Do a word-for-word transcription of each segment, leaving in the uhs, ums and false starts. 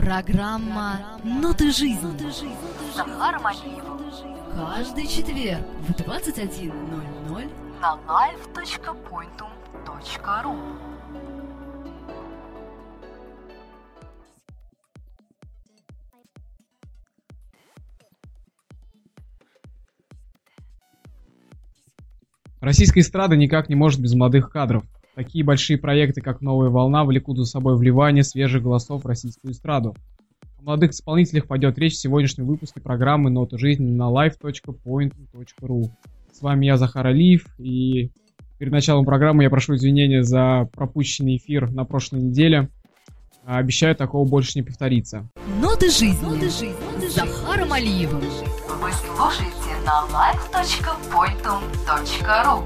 Программа «Ноты жизни» Захаром Алиевым. Каждый четверг в двадцать один ноль ноль на лайв точка поинтум точка ру. Российская эстрада никак не может без молодых кадров. Такие большие проекты, как «Новая волна», влекут за собой вливание свежих голосов в российскую эстраду. О молодых исполнителях пойдет речь в сегодняшнем выпуске программы «Ноты жизни» на лайв точка поинтум точка ру. С вами я, Захар Алиев, и перед началом программы я прошу извинения за пропущенный эфир на прошлой неделе. Обещаю, такого больше не повторится. «Ноты жизни» Ноты жизни. с Захаром Алиевым. Вы слушаете на лайв точка поинтум точка ру.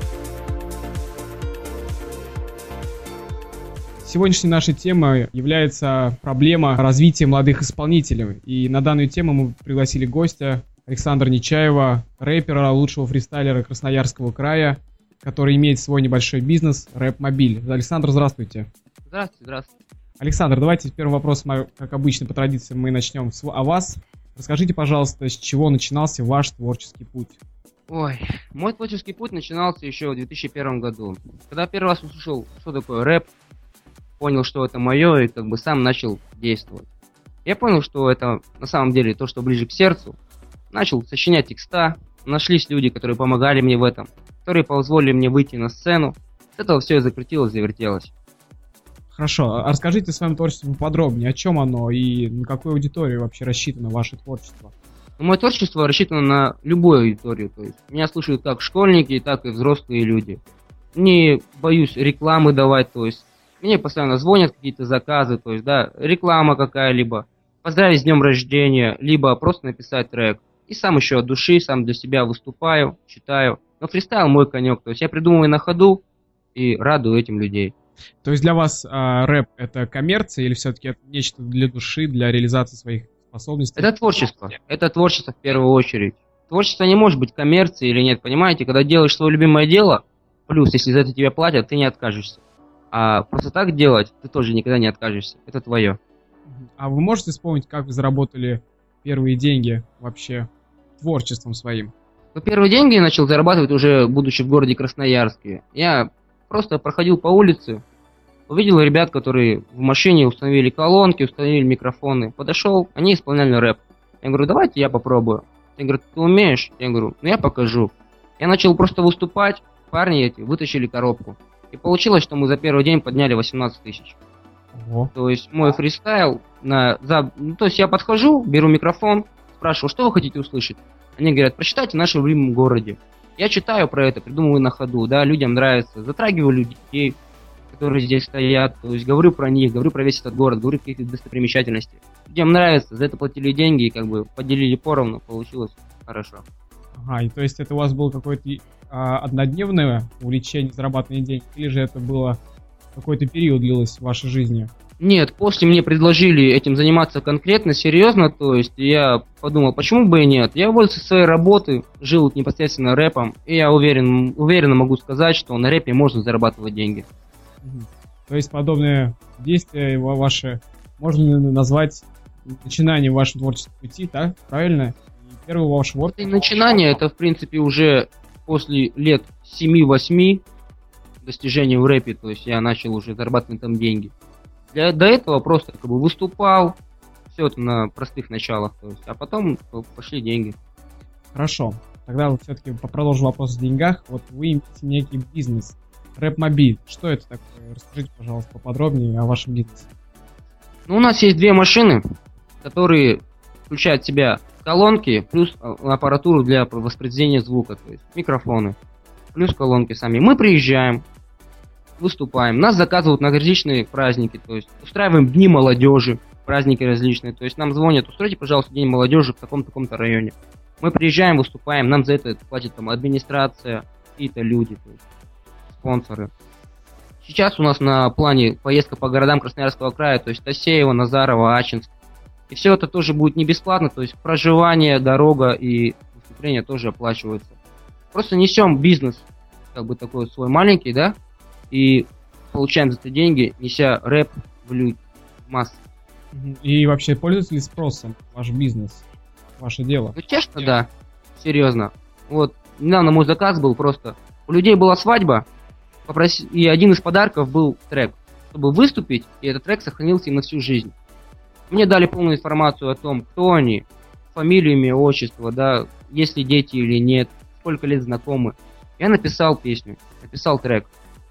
Сегодняшней нашей темой является проблема развития молодых исполнителей. И на данную тему мы пригласили гостя Александра Нечаева, рэпера, лучшего фристайлера Красноярского края, который имеет свой небольшой бизнес «Рэп Мобиль». Александр, здравствуйте. Здравствуйте, здравствуйте. Александр, давайте первый вопрос, как обычно, по традиции мы начнем с о вас. Расскажите, пожалуйста, с чего начинался ваш творческий путь? Ой, мой творческий путь начинался еще в две тысячи первом году. Когда первый раз услышал, что такое рэп, понял, что это мое, и как бы сам начал действовать. Я понял, что это на самом деле то, что ближе к сердцу. Начал сочинять текста, нашлись люди, которые помогали мне в этом, которые позволили мне выйти на сцену. С этого все и закрутилось, завертелось. Хорошо, а расскажите о своем творчестве поподробнее, о чем оно и на какую аудиторию вообще рассчитано ваше творчество? Но мое творчество рассчитано на любую аудиторию, то есть меня слушают как школьники, так и взрослые люди. Не боюсь рекламы давать, то есть мне постоянно звонят какие-то заказы, то есть, да, реклама какая-либо, поздравить с днем рождения, либо просто написать трек. И сам еще от души, сам для себя выступаю, читаю. Но фристайл мой конек, то есть я придумываю на ходу и радую этим людей. То есть для вас а, рэп это коммерция или все-таки это нечто для души, для реализации своих способностей? Это творчество, это творчество в первую очередь. Творчество не может быть коммерцией или нет, понимаете? Когда делаешь свое любимое дело, плюс если за это тебе платят, ты не откажешься. А просто так делать, ты тоже никогда не откажешься. Это твое. А вы можете вспомнить, как вы заработали первые деньги вообще творчеством своим? Но первые деньги я начал зарабатывать уже будучи в городе Красноярске. Я просто проходил по улице, увидел ребят, которые в машине установили колонки, установили микрофоны. Подошел, они исполняли рэп. Я говорю, давайте я попробую. Я говорю, ты умеешь? Я говорю, ну я покажу. Я начал просто выступать, парни эти вытащили коробку. И получилось, что мы за первый день подняли восемнадцать тысяч. Ого. То есть мой фристайл, на, за, ну, то есть я подхожу, беру микрофон, спрашиваю, что вы хотите услышать? Они говорят, прочитайте в нашем любимом городе. Я читаю про это, придумываю на ходу, да, людям нравится, затрагиваю людей, которые здесь стоят, то есть говорю про них, говорю про весь этот город, говорю какие-то достопримечательности. Людям нравится, за это платили деньги и как бы поделили поровну, получилось хорошо. Ага, и то есть это у вас было какое-то а, однодневное увлечение, зарабатывание денег, или же это было какой-то период длилось в вашей жизни? Нет, после мне предложили этим заниматься конкретно, серьезно, то есть я подумал, почему бы и нет. Я уволился со своей работы, жил непосредственно рэпом, и я уверен, уверенно могу сказать, что на рэпе можно зарабатывать деньги. То есть подобные действия ваши можно назвать начинанием вашего творческого пути, да? Правильно? И первый ваш ворк... Это начинание, это в принципе уже после лет семи-восьми достижений в рэпе, то есть я начал уже зарабатывать там деньги. Для, до этого просто как бы выступал, все это на простых началах, то есть, а потом пошли деньги. Хорошо, тогда вот все-таки продолжу вопрос о деньгах. Вот вы имеете некий бизнес, Рэп Мобиль. Что это такое? Расскажите, пожалуйста, поподробнее о вашем бизнесе. Ну, у нас есть две машины, которые включают в себя колонки плюс аппаратуру для воспроизведения звука, то есть микрофоны, плюс колонки сами. Мы приезжаем, выступаем, нас заказывают на различные праздники, то есть устраиваем дни молодежи, праздники различные, то есть нам звонят, устройте, пожалуйста, день молодежи в таком-таком-то районе. Мы приезжаем, выступаем, нам за это платит там администрация, какие-то люди, то есть спонсоры. Сейчас у нас на плане поездка по городам Красноярского края, то есть Тасеево, Назарово, Ачинск. И все это тоже будет не бесплатно, то есть проживание, дорога и выступление тоже оплачиваются. Просто несем бизнес, как бы такой свой маленький, да, и получаем за это деньги, неся рэп в люди, в массы. И вообще пользуется ли спросом ваш бизнес, ваше дело? Ну, честно, да. Серьезно. Вот, недавно мой заказ был просто. У людей была свадьба, попроси... и один из подарков был трек, чтобы выступить, и этот трек сохранился им на всю жизнь. Мне дали полную информацию о том, кто они, фамилию, имя, отчество, да, есть ли дети или нет, сколько лет знакомы. Я написал песню, написал трек.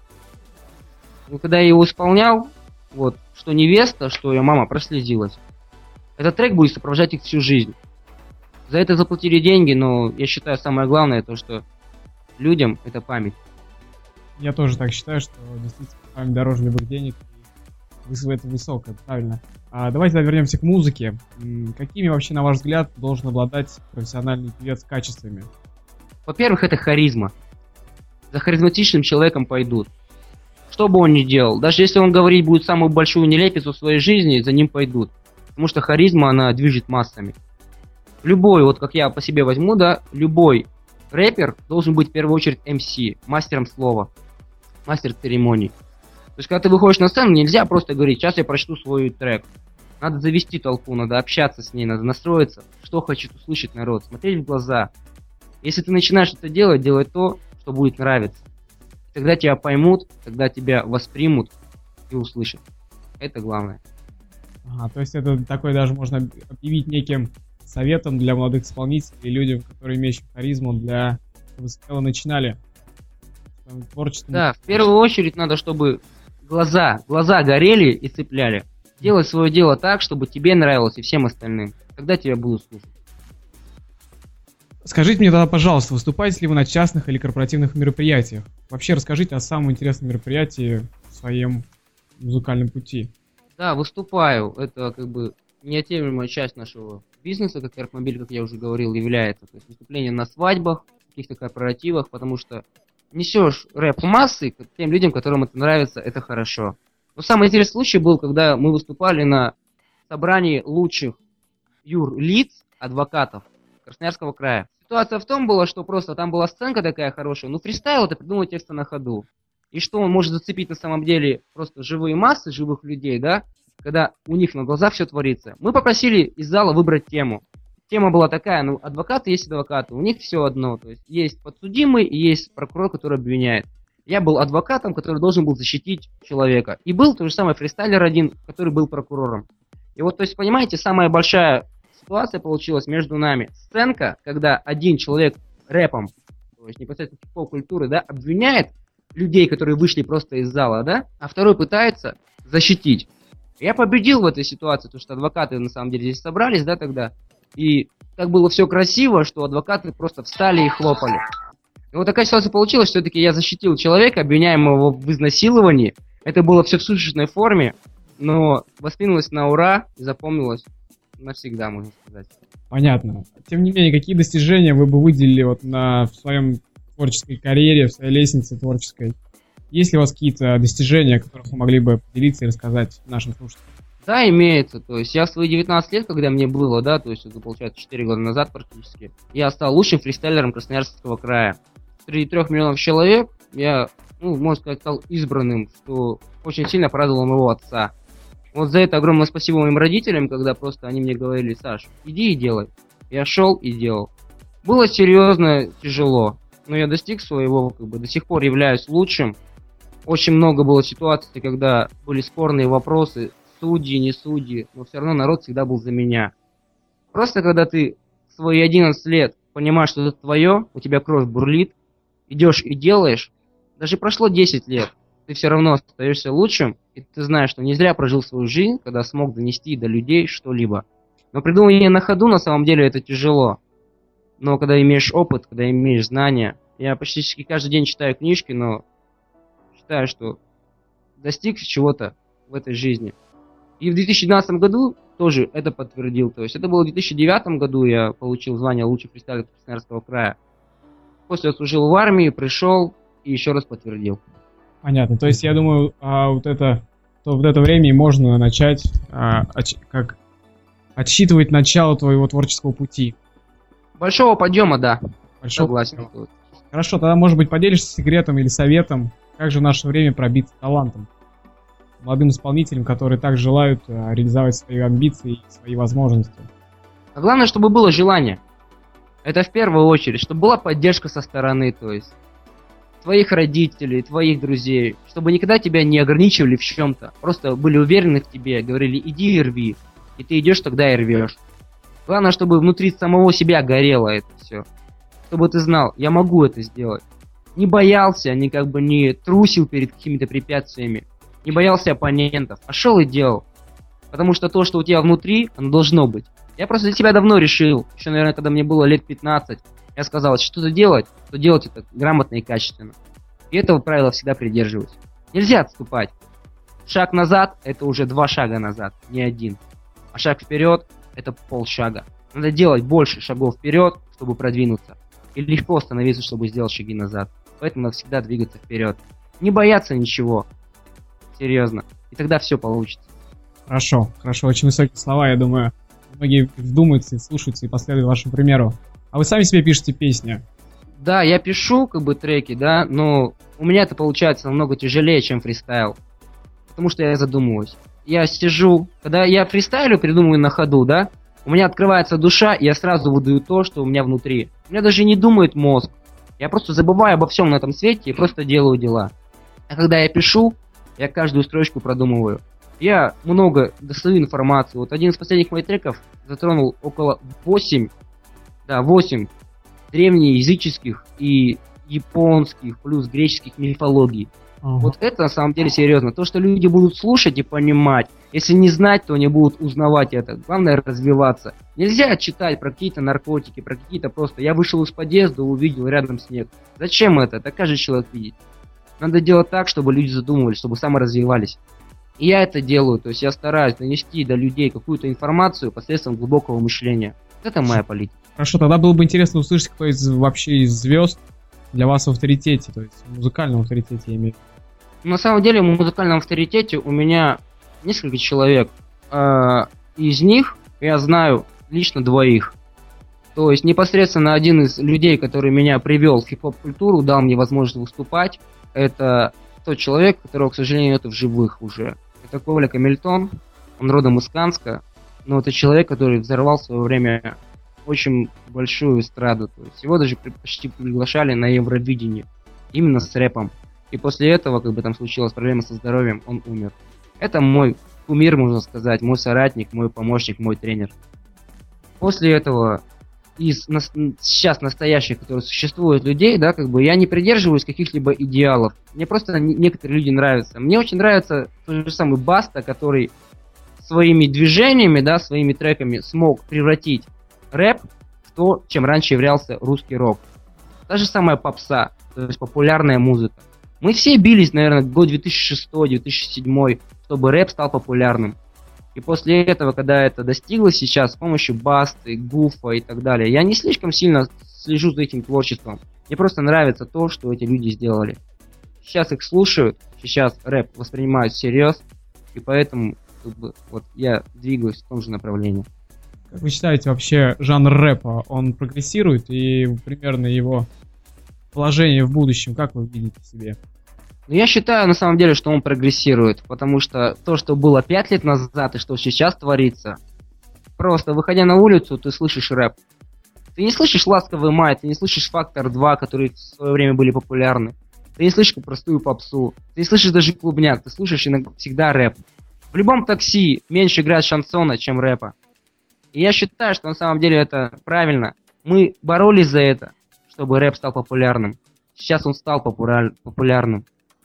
И когда я его исполнял, вот, что невеста, что ее мама прослезилась. Этот трек будет сопровождать их всю жизнь. За это заплатили деньги, но я считаю, самое главное то, что людям это память. Я тоже так считаю, что действительно память дороже любых денег. И это высокое, правильно. А давайте тогда вернемся к музыке. М, Какими вообще, на ваш взгляд, должен обладать профессиональный певец качествами? Во-первых, это харизма. За харизматичным человеком пойдут. Что бы он ни делал, даже если он говорить будет самую большую нелепицу в своей жизни, за ним пойдут. Потому что харизма, она движет массами. Любой, вот как я по себе возьму, да, любой рэпер должен быть в первую очередь эм си, мастером слова, мастер церемоний. То есть, когда ты выходишь на сцену, нельзя просто говорить, сейчас я прочту свой трек. Надо завести толпу, надо общаться с ней, надо настроиться, что хочет услышать народ, смотреть в глаза. Если ты начинаешь это делать, делай то, что будет нравиться. Тогда тебя поймут, тогда тебя воспримут и услышат. Это главное. Ага, то есть это такой даже можно объявить неким советом для молодых исполнителей, людям, которые имеют харизму, для чтобы сначала начинали своим творчеством. Да, в первую очередь надо, чтобы глаза, глаза горели и цепляли. Делай свое дело так, чтобы тебе нравилось и всем остальным. Тогда тебя будут слушать. Скажите мне тогда, пожалуйста, выступаете ли вы на частных или корпоративных мероприятиях? Вообще расскажите о самом интересном мероприятии в своем музыкальном пути. Да, выступаю. Это как бы неотъемлемая часть нашего бизнеса, как Яркмобиль, как я уже говорил, является. То есть выступление на свадьбах, каких-то корпоративах, потому что несешь рэп в массы, к тем людям, которым это нравится, это хорошо. Но самый интересный случай был, когда мы выступали на собрании лучших юрлиц, адвокатов Красноярского края. Ситуация в том была, что просто там была сценка такая хорошая, ну фристайл это придумать тексты на ходу. И что он может зацепить на самом деле просто живые массы, живых людей, да, когда у них на глазах все творится. Мы попросили из зала выбрать тему. Тема была такая, ну адвокаты есть адвокаты, у них все одно, то есть есть подсудимый и есть прокурор, который обвиняет. Я был адвокатом, который должен был защитить человека. И был тот же самый фристайлер один, который был прокурором. И вот, то есть, понимаете, самая большая ситуация получилась между нами. Сценка, когда один человек рэпом, то есть непосредственно хип-хоп-культуры, да, обвиняет людей, которые вышли просто из зала, да, а второй пытается защитить. Я победил в этой ситуации, потому что адвокаты на самом деле здесь собрались, да, тогда. И так было все красиво, что адвокаты просто встали и хлопали. И вот такая ситуация получилась, что все-таки я защитил человека, обвиняемого в изнасиловании. Это было все в существенной форме, но воспринималось на ура и запомнилось навсегда, можно сказать. Понятно. Тем не менее, какие достижения вы бы выделили вот на, в своем творческой карьере, в своей лестнице творческой? Есть ли у вас какие-то достижения, о которых вы могли бы поделиться и рассказать нашим слушателям? Да, имеется. То есть я в свои девятнадцать лет, когда мне было, да, то есть это получается четыре года назад практически, я стал лучшим фристайлером Красноярского края. Среди трех миллионов человек я, ну, можно сказать, стал избранным, что очень сильно порадовало моего отца. Вот за это огромное спасибо моим родителям, когда просто они мне говорили: Саш, иди и делай. Я шел и делал. Было серьезно тяжело, но я достиг своего, как бы до сих пор являюсь лучшим. Очень много было ситуаций, когда были спорные вопросы, судьи, не судьи, но все равно народ всегда был за меня. Просто когда ты в свои одиннадцать лет понимаешь, что это твое, у тебя кровь бурлит, идешь и делаешь, даже прошло десять лет, ты все равно остаешься лучшим, и ты знаешь, что не зря прожил свою жизнь, когда смог донести до людей что-либо. Но придумывание на ходу на самом деле это тяжело. Но когда имеешь опыт, когда имеешь знания, я почти каждый день читаю книжки, но считаю, что достиг чего-то в этой жизни. И в две тысячи двенадцатом году тоже это подтвердил. То есть это было в две тысячи девятом году, я получил звание лучший фристайлер Красноярского края. После служил в армии, пришел и еще раз подтвердил. Понятно. То есть я думаю, а, вот это, то вот это время и можно начать а, оч, как отсчитывать начало твоего творческого пути. Большого подъема, да. Большого Согласен. Подъема. Хорошо, тогда, может быть, поделишься секретом или советом, как же в наше время пробиться талантом молодым исполнителям, которые так желают э, реализовать свои амбиции и свои возможности? А главное, чтобы было желание. Это в первую очередь, чтобы была поддержка со стороны, то есть твоих родителей, твоих друзей, чтобы никогда тебя не ограничивали в чем-то, просто были уверены в тебе, говорили, иди и рви, и ты идешь тогда и рвешь. Главное, чтобы внутри самого себя горело это все, чтобы ты знал, я могу это сделать. Не боялся, не как бы не трусил перед какими-то препятствиями, не боялся оппонентов, а шел и делал. Потому что то, что у тебя внутри, оно должно быть. Я просто для себя давно решил, еще, наверное, когда мне было лет пятнадцать, я сказал, что-то делать, то делать это грамотно и качественно. И этого правила всегда придерживаюсь. Нельзя отступать. Шаг назад – это уже два шага назад, не один. А шаг вперед – это полшага. Надо делать больше шагов вперед, чтобы продвинуться. И легко остановиться, чтобы сделать шаги назад. Поэтому надо всегда двигаться вперед. Не бояться ничего. Серьезно. И тогда все получится. Хорошо, хорошо. Очень высокие слова, я думаю. Многие вдумаются и слушаются и последуют вашему примеру. А вы сами себе пишете песни? Да, я пишу как бы треки, да, но у меня это получается намного тяжелее, чем фристайл. Потому что я задумываюсь. Я сижу, когда я фристайлю, придумываю на ходу, да, у меня открывается душа, и я сразу выдаю то, что у меня внутри. У меня даже не думает мозг. Я просто забываю обо всем на этом свете и просто делаю дела. А когда я пишу, я каждую строчку продумываю. Я много достаю информации. Вот один из последних моих треков затронул около восемь, да, восемь древнеязыческих и японских, плюс греческих мифологий. Ага. Вот это на самом деле серьезно. То, что люди будут слушать и понимать. Если не знать, то они будут узнавать это. Главное развиваться. Нельзя читать про какие-то наркотики, про какие-то просто... Я вышел из подъезда, увидел рядом снег. Зачем это? Это каждый человек видит. Надо делать так, чтобы люди задумывались, чтобы саморазвивались. И я это делаю. То есть я стараюсь донести до людей какую-то информацию посредством глубокого мышления. Это моя политика. Хорошо, тогда было бы интересно услышать, кто из вообще из звезд для вас в авторитете, то есть в музыкальном авторитете, я имею в виду. На самом деле в музыкальном авторитете у меня несколько человек. Из них я знаю лично двоих. То есть непосредственно один из людей, который меня привел в хип-хоп-культуру, дал мне возможность выступать, это тот человек, которого, к сожалению, нет в живых уже. Это Коля Камильтон, он родом из Канска, но это человек, который взорвал в свое время очень большую эстраду. То есть его даже почти приглашали на Евровидение, именно с рэпом. И после этого, как бы там случилась проблема со здоровьем, он умер. Это мой кумир, можно сказать, мой соратник, мой помощник, мой тренер. После этого из на, сейчас настоящих, которые существуют людей, да, как бы я не придерживаюсь каких-либо идеалов. Мне просто некоторые люди нравятся. Мне очень нравится тот же самый Баста, который своими движениями, да, своими треками смог превратить рэп в то, чем раньше являлся русский рок. Та же самая попса, то есть популярная музыка. Мы все бились, наверное, год две тысячи шестой - две тысячи седьмой, чтобы рэп стал популярным. И после этого, когда это достигло сейчас с помощью Басты, Гуфа и так далее, я не слишком сильно слежу за этим творчеством. Мне просто нравится то, что эти люди сделали. Сейчас их слушают, сейчас рэп воспринимают всерьез, и поэтому как бы, вот, я двигаюсь в том же направлении. Как вы считаете, вообще жанр рэпа, он прогрессирует, и примерно его положение в будущем, как вы видите себе? Ну, я считаю, на самом деле, что он прогрессирует, потому что то, что было пять лет назад и что сейчас творится, просто выходя на улицу, ты слышишь рэп. Ты не слышишь «Ласковый май», ты не слышишь «Фактор два», которые в свое время были популярны. Ты не слышишь простую попсу, ты не слышишь даже клубняк, ты слышишь иногда, всегда рэп. В любом такси меньше играет шансона, чем рэпа. И я считаю, что на самом деле это правильно. Мы боролись за это, чтобы рэп стал популярным. Сейчас он стал популяр... популярным.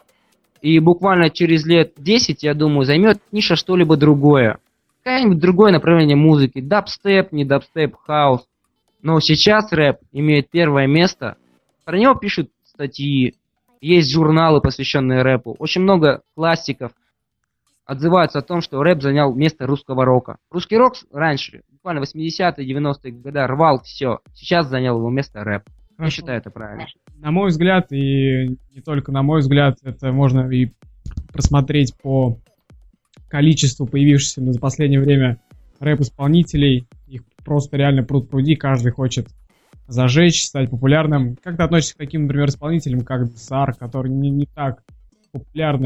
И буквально через лет десять, я думаю, займет ниша что-либо другое. Какое-нибудь другое направление музыки. Дабстеп, не дабстеп, хаус. Но сейчас рэп имеет первое место. Про него пишут статьи. Есть журналы, посвященные рэпу. Очень много классиков отзываются о том, что рэп занял место русского рока. Русский рок раньше, буквально восьмидесятые, девяностые годы, рвал все. Сейчас занял его место рэп. Я считаю это правильно. На мой взгляд, и не только на мой взгляд, это можно и просмотреть по количеству появившихся за последнее время рэп-исполнителей. Их просто реально пруд-пруди, каждый хочет зажечь, стать популярным. Как ты относишься к таким, например, исполнителям, как Десар, которые не, не так популярны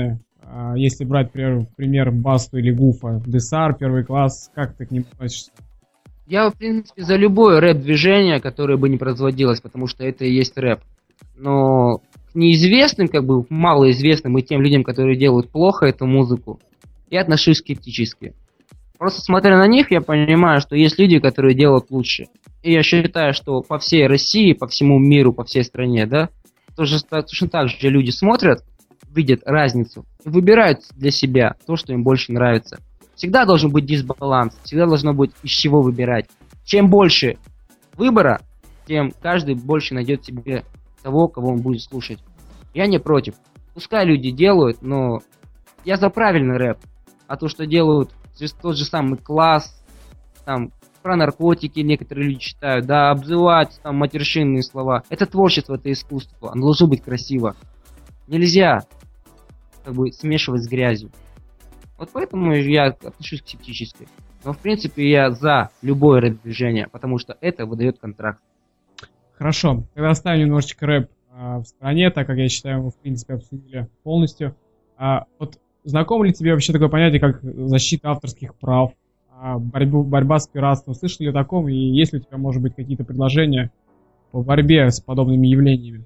А, если брать, например, пример Басту или Гуфа, Десар, Первый класс, как ты к ним относишься? Я, в принципе, за любое рэп-движение, которое бы не производилось, потому что это и есть рэп. Но к неизвестным, как бы малоизвестным и тем людям, которые делают плохо эту музыку, я отношусь скептически. Просто смотря на них, я понимаю, что есть люди, которые делают лучше. И я считаю, что по всей России, по всему миру, по всей стране, да, тоже, точно так же люди смотрят, видят разницу и выбирают для себя то, что им больше нравится. Всегда должен быть дисбаланс, всегда должно быть из чего выбирать. Чем больше выбора, тем каждый больше найдет себе того, кого он будет слушать. Я не против. Пускай люди делают, но я за правильный рэп. А то, что делают тот же самый класс, там, про наркотики некоторые люди читают, да, обзывать, там, матершинные слова. Это творчество, это искусство, оно должно быть красиво. Нельзя, как бы, смешивать с грязью. Вот поэтому я отношусь скептически. Но, в принципе, я за любое рэп-движение, потому что это выдает контракт. Хорошо, тогда оставим немножечко рэп а, в стороне, так как я считаю, мы, в принципе, обсудили полностью. А, вот знакомо ли тебе вообще такое понятие, как защита авторских прав, а, борьбу, борьба с пиратством? Слышал ли о таком? И есть ли у тебя, может быть, какие-то предложения по борьбе с подобными явлениями?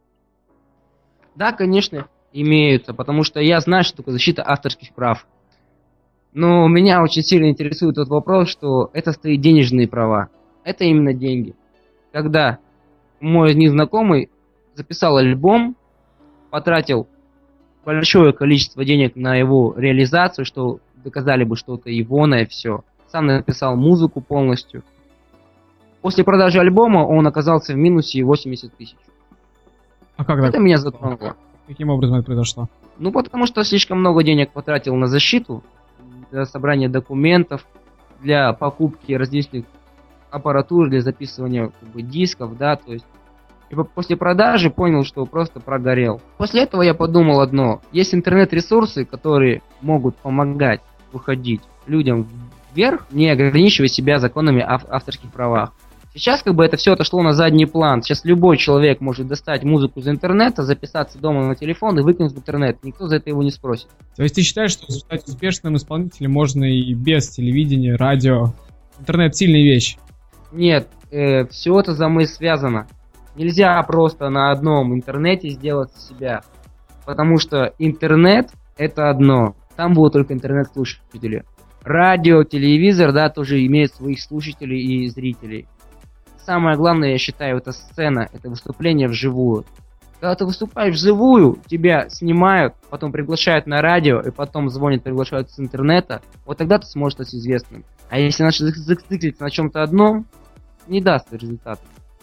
Да, конечно, имеются, потому что я знаю, что такое защита авторских прав. Но меня очень сильно интересует тот вопрос, что это стоит денежные права. Это именно деньги. Когда мой незнакомый записал альбом, потратил большое количество денег на его реализацию, что доказали бы, что это егоное все. Сам написал музыку полностью. После продажи альбома он оказался в минусе восемьдесят тысяч. А как это так? меня затронуло. Каким образом это произошло? Ну, потому что слишком много денег потратил на защиту, для собрания документов, для покупки различных аппаратур, для записывания, как бы, дисков, да, то есть. И после продажи понял, что просто прогорел. После этого я подумал одно. Есть интернет-ресурсы, которые могут помогать выходить людям вверх, не ограничивая себя законами ав- авторских правах. Сейчас как бы это все отошло на задний план. Сейчас любой человек может достать музыку из интернета, записаться дома на телефон и выкинуть в интернет. Никто за это его не спросит. То есть ты считаешь, что стать успешным исполнителем можно и без телевидения, радио? Интернет — сильная вещь. Нет, э, все это взаимосвязано. Нельзя просто на одном интернете сделать себя. Потому что интернет — это одно. Там будут только интернет-слушатели. Радио, телевизор, да, тоже имеют своих слушателей и зрителей. Самое главное, я считаю, это сцена, это выступление вживую. Когда ты выступаешь вживую, тебя снимают, потом приглашают на радио, и потом звонят, приглашают с интернета, вот тогда ты сможешь стать известным. А если зациклиться на чем-то одном, не даст результата.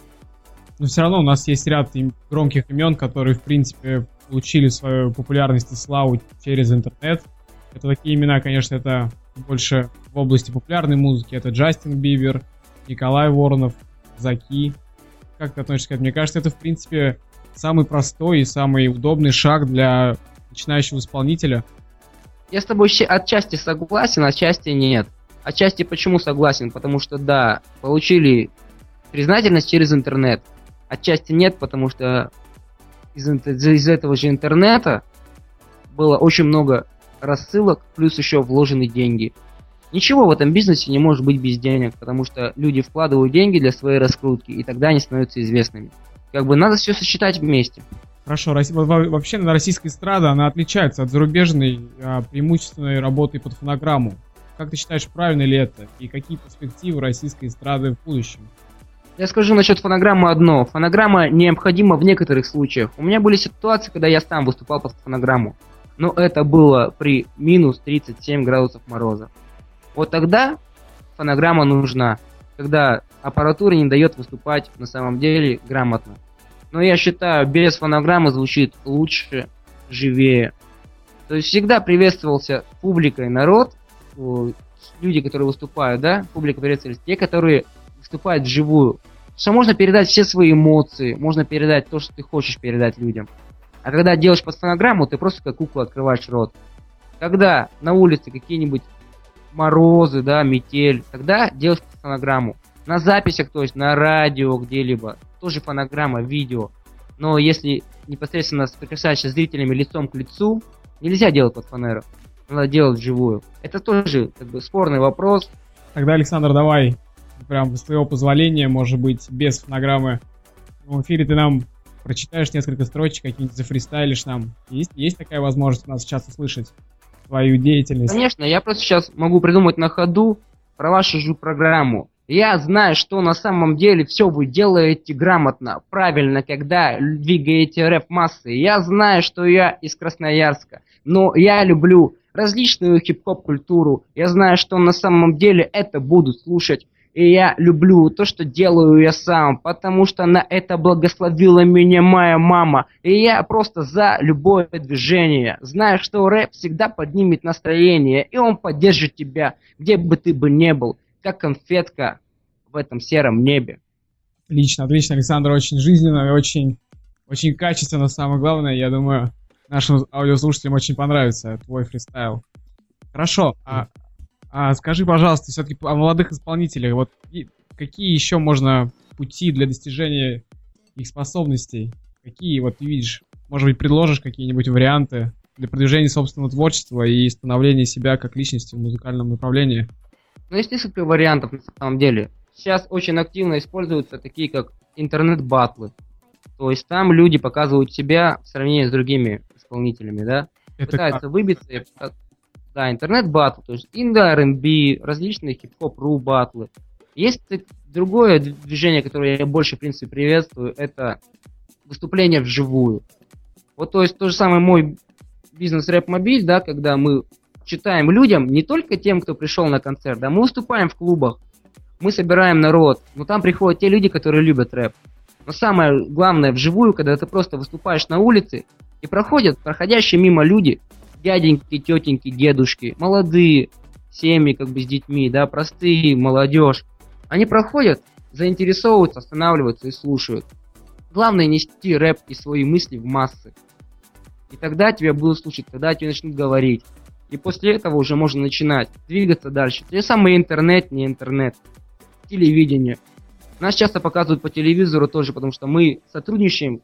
Но все равно у нас есть ряд им- громких имен, которые, в принципе, получили свою популярность и славу через интернет. Это такие имена, конечно, это больше в области популярной музыки. Это Джастин Бибер, Николай Воронов, Заки. Как ты относишься к этому? Мне кажется, это, в принципе, самый простой и самый удобный шаг для начинающего исполнителя. Я с тобой ща- отчасти согласен, отчасти нет. Отчасти почему согласен? Потому что, да, получили признательность через интернет. Отчасти нет, потому что из, из этого же интернета было очень много рассылок, плюс еще вложены деньги. Ничего в этом бизнесе не может быть без денег, потому что люди вкладывают деньги для своей раскрутки, и тогда они становятся известными. Как бы надо все сочетать вместе. Хорошо, Россия, вообще на российская эстрада, она отличается от зарубежной а, преимущественной работой под фонограмму. Как ты считаешь, правильно ли это? И какие перспективы российской эстрады в будущем? Я скажу насчет фонограммы одно. Фонограмма необходима в некоторых случаях. У меня были ситуации, когда я сам выступал под фонограмму. Но это было при минус тридцать семь градусов мороза. Вот тогда фонограмма нужна, когда аппаратура не дает выступать на самом деле грамотно. Но я считаю, без фонограммы звучит лучше, живее. То есть всегда приветствовался публикой народ, люди, которые выступают, да, публика приветствовались, те, которые выступают вживую. Что можно передать все свои эмоции, можно передать то, что ты хочешь передать людям. А когда делаешь под фонограмму, ты просто как кукла открываешь рот. Когда на улице какие-нибудь морозы, да, метель, тогда делаешь под фонограмму. На записях, то есть на радио где-либо, тоже фонограмма, видео. Но если непосредственно соприкасаешься с зрителями лицом к лицу, Нельзя делать под фанеру. Надо делать вживую. Это тоже как бы спорный вопрос. Тогда, Александр, давай, прям с твоего позволения, может быть, без фонограммы, в эфире ты нам прочитаешь несколько строчек, какие-нибудь зафристайлишь нам. Есть, есть такая возможность у нас сейчас услышать твою деятельность? Конечно, я просто сейчас могу придумать на ходу про вашу же программу. Я знаю, что на самом деле все вы делаете грамотно, правильно, когда двигаете рэп-массы. Я знаю, что я из Красноярска, но я люблю различную хип-хоп культуру. Я знаю, что на самом деле это будут слушать. И я люблю то, что делаю я сам, потому что на это благословила меня моя мама. И я просто за любое движение. Знаю, что рэп всегда поднимет настроение, и он поддержит тебя, где бы ты бы не был, как конфетка в этом сером небе. Отлично, отлично, Александр, очень жизненно и очень, очень качественно, самое главное. Я думаю, нашим аудиослушателям очень понравится твой фристайл. Хорошо, а, а скажи, пожалуйста, все-таки о молодых исполнителях. Вот и, какие еще можно пути для достижения их способностей? Какие вот ты видишь? Может быть, предложишь какие-нибудь варианты для продвижения собственного творчества и становления себя как личности в музыкальном направлении? Ну, есть несколько вариантов на самом деле. Сейчас очень активно используются такие, как интернет-баттлы. То есть там люди показывают себя в сравнении с другими исполнителями, да? Это Пытаются как? выбиться. Да, интернет-баттлы, то есть инди-ар энд би, различные хип-хоп-ру баттлы. Есть другое движение, которое я больше, в принципе, приветствую, это выступление вживую. Вот, то есть, то же самое мой бизнес рэп-мобиль, да, когда мы читаем людям, не только тем, кто пришел на концерт, да, мы выступаем в клубах, мы собираем народ, но там приходят те люди, которые любят рэп. Но самое главное вживую, когда ты просто выступаешь на улице, и проходят проходящие мимо люди, дяденьки, тетеньки, дедушки, молодые семьи как бы с детьми, да, простые, молодежь. Они проходят, заинтересовываются, останавливаются и слушают. Главное нести рэп и свои мысли в массы. И тогда тебя будут слушать, тогда тебе начнут говорить. И после этого уже можно начинать двигаться дальше. То же самое интернет, не интернет. Телевидение. Нас часто показывают по телевизору тоже, потому что мы сотрудничаем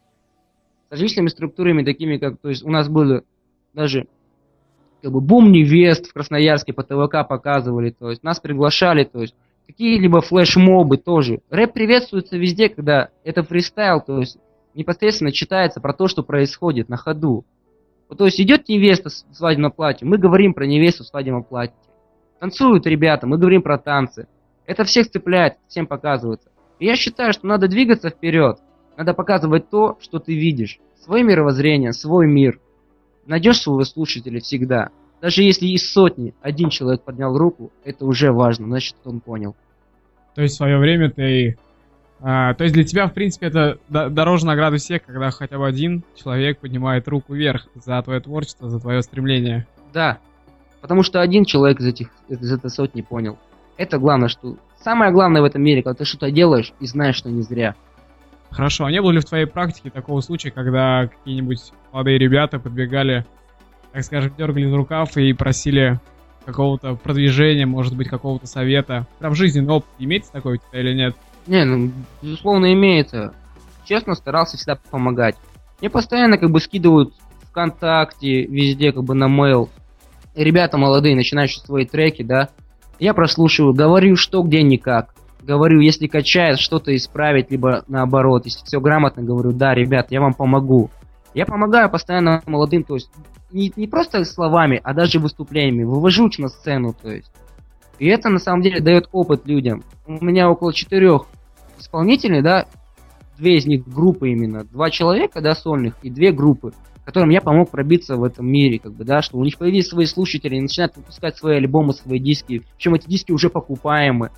с различными структурами, такими как, то есть у нас было даже как бы бум невест в Красноярске по ТВК показывали, то есть нас приглашали, то есть какие-либо флешмобы тоже. Рэп приветствуется везде, когда это фристайл, то есть непосредственно читается про то, что происходит на ходу. Вот, то есть идет невеста в свадебном платье, мы говорим про невесту в свадебном платье. Танцуют ребята, мы говорим про танцы. Это всех цепляет, всем показывается. И я считаю, что надо двигаться вперед. Надо показывать то, что ты видишь. Свое мировоззрение, свой мир. Найдешь своего слушателя всегда. Даже если из сотни один человек поднял руку, это уже важно, значит, он понял. То есть в свое время ты... А, то есть для тебя, в принципе, это д- дороже награды всех, когда хотя бы один человек поднимает руку вверх за твое творчество, за твое стремление. Да, потому что один человек из, этих, из этой сотни понял. Это главное, что... Самое главное в этом мире, когда ты что-то делаешь и знаешь, что не зря. Хорошо, а не было ли в твоей практике такого случая, когда какие-нибудь молодые ребята подбегали, так скажем, дергали за рукав и просили какого-то продвижения, может быть, какого-то совета? Прям жизненный опыт имеется такой у тебя или нет? Не, ну, безусловно, имеется. Честно, старался всегда помогать. Мне постоянно как бы скидывают ВКонтакте, везде как бы на mail. Ребята молодые, начинающие свои треки, да. Я прослушиваю, говорю, что, где, никак. Говорю, если качает, что-то исправить, либо наоборот. Если все грамотно, говорю, да, ребят, я вам помогу. Я помогаю постоянно молодым, то есть не, не просто словами, а даже выступлениями. Вывожу на сцену, то есть. И это на самом деле дает опыт людям. У меня около четырех исполнителей, да, две из них группы именно. Два человека, да, сольных, и две группы, которым я помог пробиться в этом мире, как бы, да, что у них появились свои слушатели, начинают выпускать свои альбомы, свои диски. Причем эти диски уже покупаемы.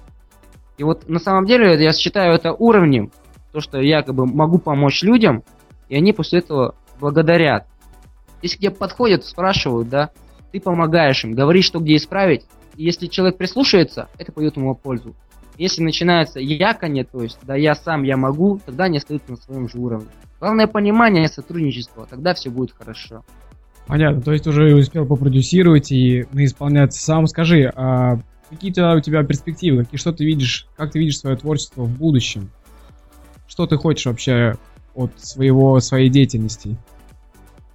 И вот на самом деле я считаю это уровнем, то, что я как бы могу помочь людям, и они после этого благодарят. Если к тебе подходят, спрашивают, да, ты помогаешь им, говоришь, что где исправить, и если человек прислушается, это пойдет ему в пользу. Если начинается яконье, то есть, да, я сам, я могу, тогда они остаются на своем же уровне. Главное понимание, сотрудничество, тогда все будет хорошо. Понятно, то есть уже успел попродюсировать и наисполняться сам. Скажи, а какие-то у тебя перспективы, какие, что ты видишь, как ты видишь свое творчество в будущем? Что ты хочешь вообще от своего, своей деятельности?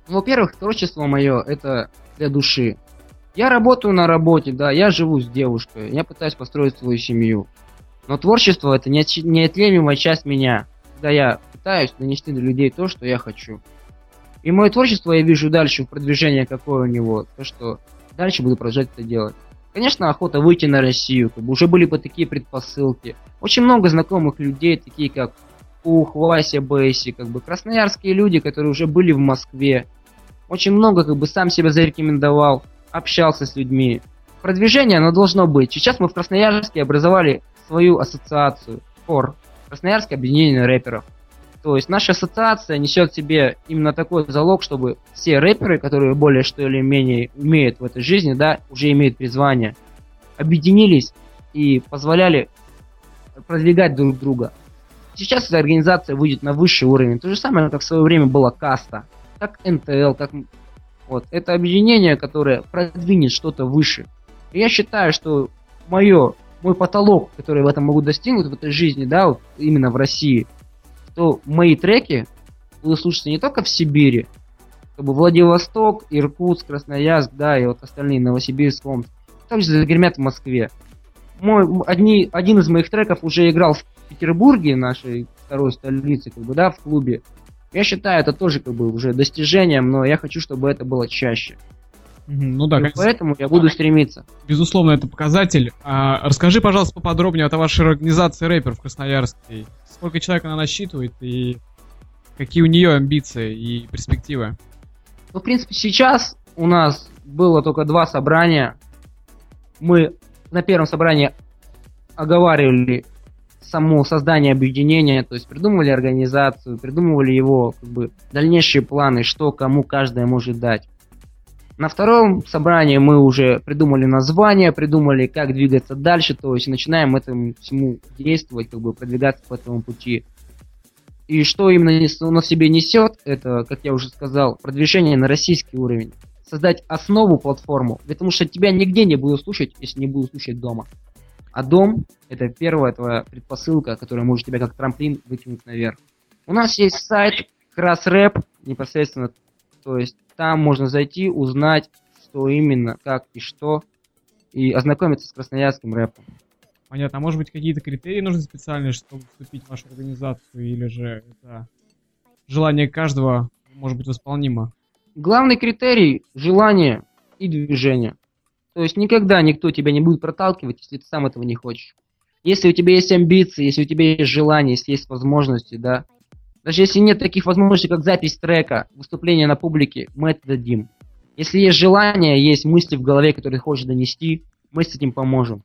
Ну, во-первых, творчество мое это для души. Я работаю на работе, да, я живу с девушкой, я пытаюсь построить свою семью. Но творчество это неотч- неотъемлемая часть меня, когда я пытаюсь донести до людей то, что я хочу. И мое творчество я вижу дальше в продвижении, какое у него, то, что дальше буду продолжать это делать. Конечно, охота выйти на Россию, как бы уже были бы такие предпосылки. Очень много знакомых людей, такие как Ух, Вася, Бейси, как бы красноярские люди, которые уже были в Москве. Очень много, как бы, сам себя зарекомендовал, общался с людьми. Продвижение, оно должно быть. Сейчас мы в Красноярске образовали свою ассоциацию, КОР, Красноярское объединение рэперов. То есть наша ассоциация несет в себе именно такой залог, чтобы все рэперы, которые более что или менее умеют в этой жизни, да, уже имеют призвание, объединились и позволяли продвигать друг друга. Сейчас эта организация выйдет на высший уровень. То же самое, как в свое время была каста, как эн тэ эл, как... Вот. Это объединение, которое продвинет что-то выше. И я считаю, что мое, мой потолок, который я в этом могу достигнуть в этой жизни, да, вот именно в России, то мои треки будут слушаться не только в Сибири, как бы Владивосток, Иркутск, Красноярск, да, и вот остальные, Новосибирск, Омск, также загремят в Москве. Мой, одни, один из моих треков уже играл в Петербурге, нашей второй столице, как бы, да, в клубе. Я считаю, это тоже как бы уже достижением, но я хочу, чтобы это было чаще. Ну да, и конечно. Поэтому я буду стремиться. Безусловно, это показатель. А, расскажи, пожалуйста, поподробнее о вашей организации рэперов Красноярской. Сколько человек она насчитывает и какие у нее амбиции и перспективы? Ну, в принципе, сейчас у нас было только два собрания. Мы на первом собрании оговаривали само создание объединения, то есть придумывали организацию, придумывали его как бы дальнейшие планы, что кому каждое может дать. На втором собрании мы уже придумали название, придумали, как двигаться дальше, то есть начинаем этому всему действовать, как бы продвигаться по этому пути. И что именно он на себе несет, это, как я уже сказал, продвижение на российский уровень. Создать основу, платформу, потому что тебя нигде не буду слушать, если не буду слушать дома. А дом – это первая твоя предпосылка, которая может тебя как трамплин вытянуть наверх. У нас есть сайт Красрэп, непосредственно, то есть там можно зайти, узнать, что именно, как и что, и ознакомиться с красноярским рэпом. Понятно. А может быть, какие-то критерии нужны специальные, чтобы вступить в вашу организацию, или же это желание каждого может быть восполнимо? Главный критерий – желание и движение. То есть никогда никто тебя не будет проталкивать, если ты сам этого не хочешь. Если у тебя есть амбиции, если у тебя есть желание, если есть возможности, да. Даже если нет таких возможностей, как запись трека, выступление на публике, мы это дадим. Если есть желание, есть мысли в голове, которые ты хочешь донести, мы с этим поможем.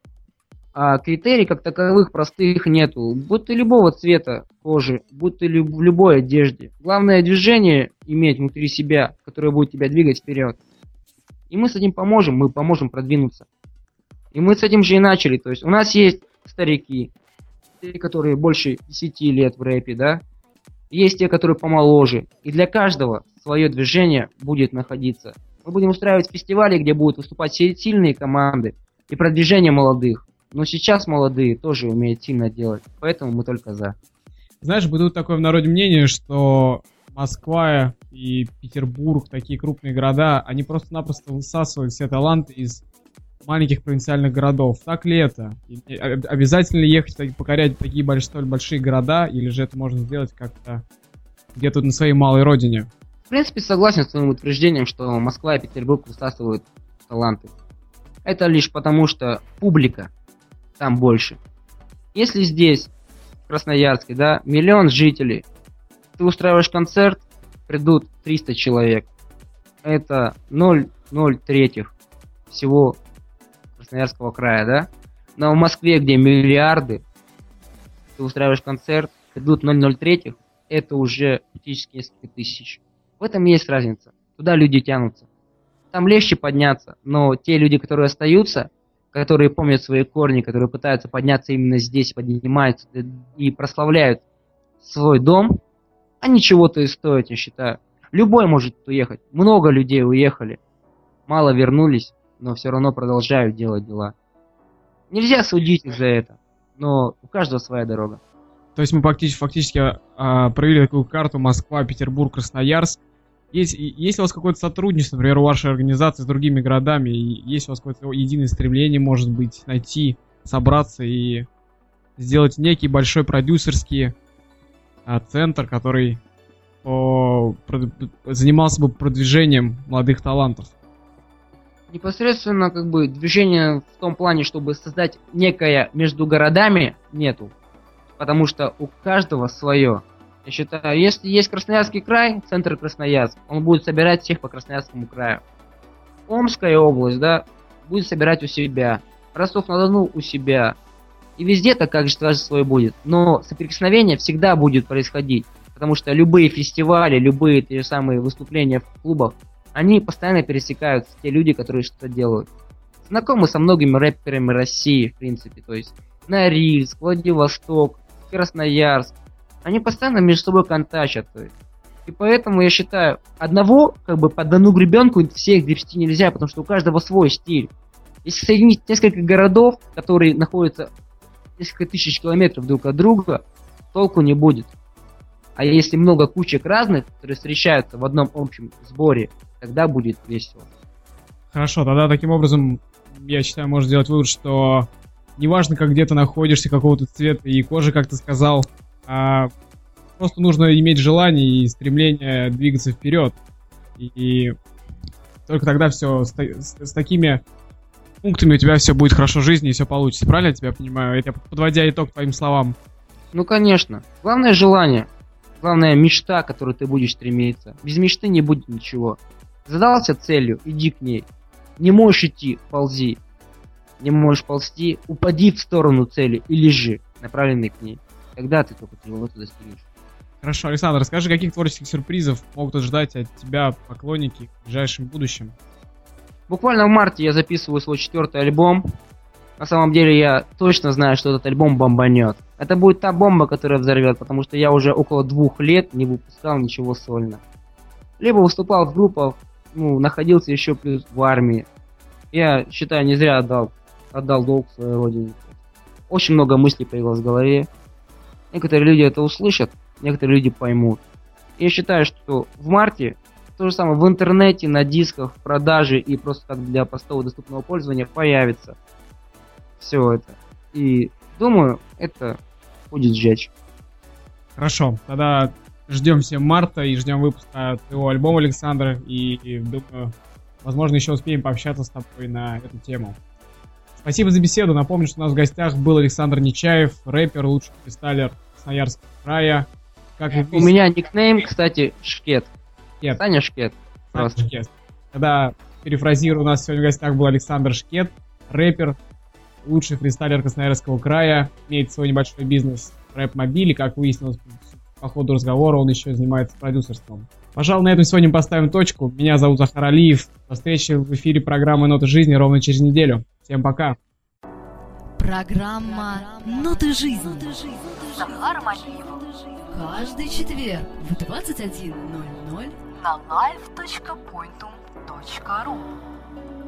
А критерий как таковых простых нету. Будь ты любого цвета кожи, будь ты люб- в любой одежде. Главное движение иметь внутри себя, которое будет тебя двигать вперед. И мы с этим поможем, мы поможем продвинуться. И мы с этим же и начали. То есть у нас есть старики, те, которые больше десяти лет в рэпе, да. Есть те, которые помоложе. И для каждого свое движение будет находиться. Мы будем устраивать фестивали, где будут выступать сильные команды и продвижение молодых. Но сейчас молодые тоже умеют сильно делать. Поэтому мы только за. Знаешь, бытует такое в народе мнение, что Москва и Петербург, такие крупные города, они просто-напросто высасывают все таланты из маленьких провинциальных городов. Так ли это? И обязательно ли ехать покорять такие больш- столь большие города, или же это можно сделать как-то где-то на своей малой родине? В принципе, согласен с твоим утверждением, что Москва и Петербург высасывают таланты. Это лишь потому, что публика там больше. Если здесь, в Красноярске, да, миллион жителей, ты устраиваешь концерт, придут триста человек. Это ноль целых ноль третьих всего Красноярского края, да? Но в Москве, где миллиарды, ты устраиваешь концерт, придут ноль целых ноль третьих, это уже практически несколько тысяч. В этом есть разница. Туда люди тянутся. Там легче подняться, но те люди, которые остаются, которые помнят свои корни, которые пытаются подняться именно здесь, поднимаются и прославляют свой дом, они чего-то и стоят, я считаю. Любой может уехать. Много людей уехали. Мало вернулись, но все равно продолжают делать дела. Нельзя судить их за это, но у каждого своя дорога. То есть мы фактически, фактически а, провели такую карту Москва, Петербург, Красноярск. Есть, есть у вас какое-то сотрудничество, например, у вашей организации с другими городами, и есть у вас какое-то единое стремление, может быть, найти, собраться и сделать некий большой продюсерский а, центр, который по, про, занимался бы продвижением молодых талантов? Непосредственно, как бы, движения в том плане, чтобы создать некое между городами, нету. Потому что у каждого свое. Я считаю, если есть Красноярский край, центр Красноярск, он будет собирать всех по Красноярскому краю. Омская область, да, будет собирать у себя. Ростов-на-Дону у себя. И везде так как же тоже свое будет. Но соприкосновение всегда будет происходить. Потому что любые фестивали, любые те же самые выступления в клубах, они постоянно пересекаются, те люди, которые что-то делают. Знакомы со многими рэперами России, в принципе. То есть Норильск, Владивосток, Красноярск. Они постоянно между собой контачат. То есть. И поэтому я считаю, одного, как бы, под одну гребенку всех гребсти нельзя, потому что у каждого свой стиль. Если соединить несколько городов, которые находятся несколько тысяч километров друг от друга, толку не будет. А если много кучек разных, которые встречаются в одном общем сборе, тогда будет весело. Хорошо, тогда таким образом, я считаю, можно сделать вывод, что неважно, как где ты находишься, какого-то цвета и кожи, как ты сказал, а просто нужно иметь желание и стремление двигаться вперед. И, и только тогда все с, с, с такими пунктами у тебя все будет хорошо в жизни и все получится. Правильно я тебя понимаю? Это подводя итог твоим словам. Ну, конечно. Главное желание. Главная мечта, к которой ты будешь стремиться. Без мечты не будет ничего. Задался целью, иди к ней. Не можешь идти, ползи. Не можешь ползти, упади в сторону цели и лежи, направленный к ней. Тогда ты только чего-то достигнешь. Хорошо, Александр, расскажи, каких творческих сюрпризов могут ожидать от тебя поклонники в ближайшем будущем? Буквально в марте я записываю свой четвертый альбом. На самом деле я точно знаю, что этот альбом бомбанет. Это будет та бомба, которая взорвет, потому что я уже около двух лет не выпускал ничего сольно. Либо выступал в группах, ну, находился еще плюс в армии. Я считаю, не зря отдал, отдал долг своей родине. Очень много мыслей появилось в голове. Некоторые люди это услышат, некоторые люди поймут. Я считаю, что в марте то же самое в интернете, на дисках, в продаже и просто так для простого доступного пользования появится все это. И думаю, это будет сжечь. Хорошо, тогда ждем всем марта и ждем выпуска твоего альбома, Александр. И, и думаю, возможно, еще успеем пообщаться с тобой на эту тему. Спасибо за беседу. Напомню, что у нас в гостях был Александр Нечаев, рэпер, лучший фристайлер Красноярского края. Как вы У меня никнейм, кстати, Шкет. Шкет. Саня Шкет. Саня Шкет. Когда, перефразирую, у нас сегодня в гостях был Александр Шкет, рэпер, лучший фристайлер Красноярского края, имеет свой небольшой бизнес рэп-мобиль, и, как выяснилось по ходу разговора, он еще занимается продюсерством. Пожалуй, на этом сегодня поставим точку. Меня зовут Захар Алиев. До встречи в эфире программы «Ноты жизни» ровно через неделю. Всем пока. Программа «Ноты жизни». С Захаром Алиевым Каждый четверг в двадцать один ноль ноль на лайв точка пойнтум точка ру.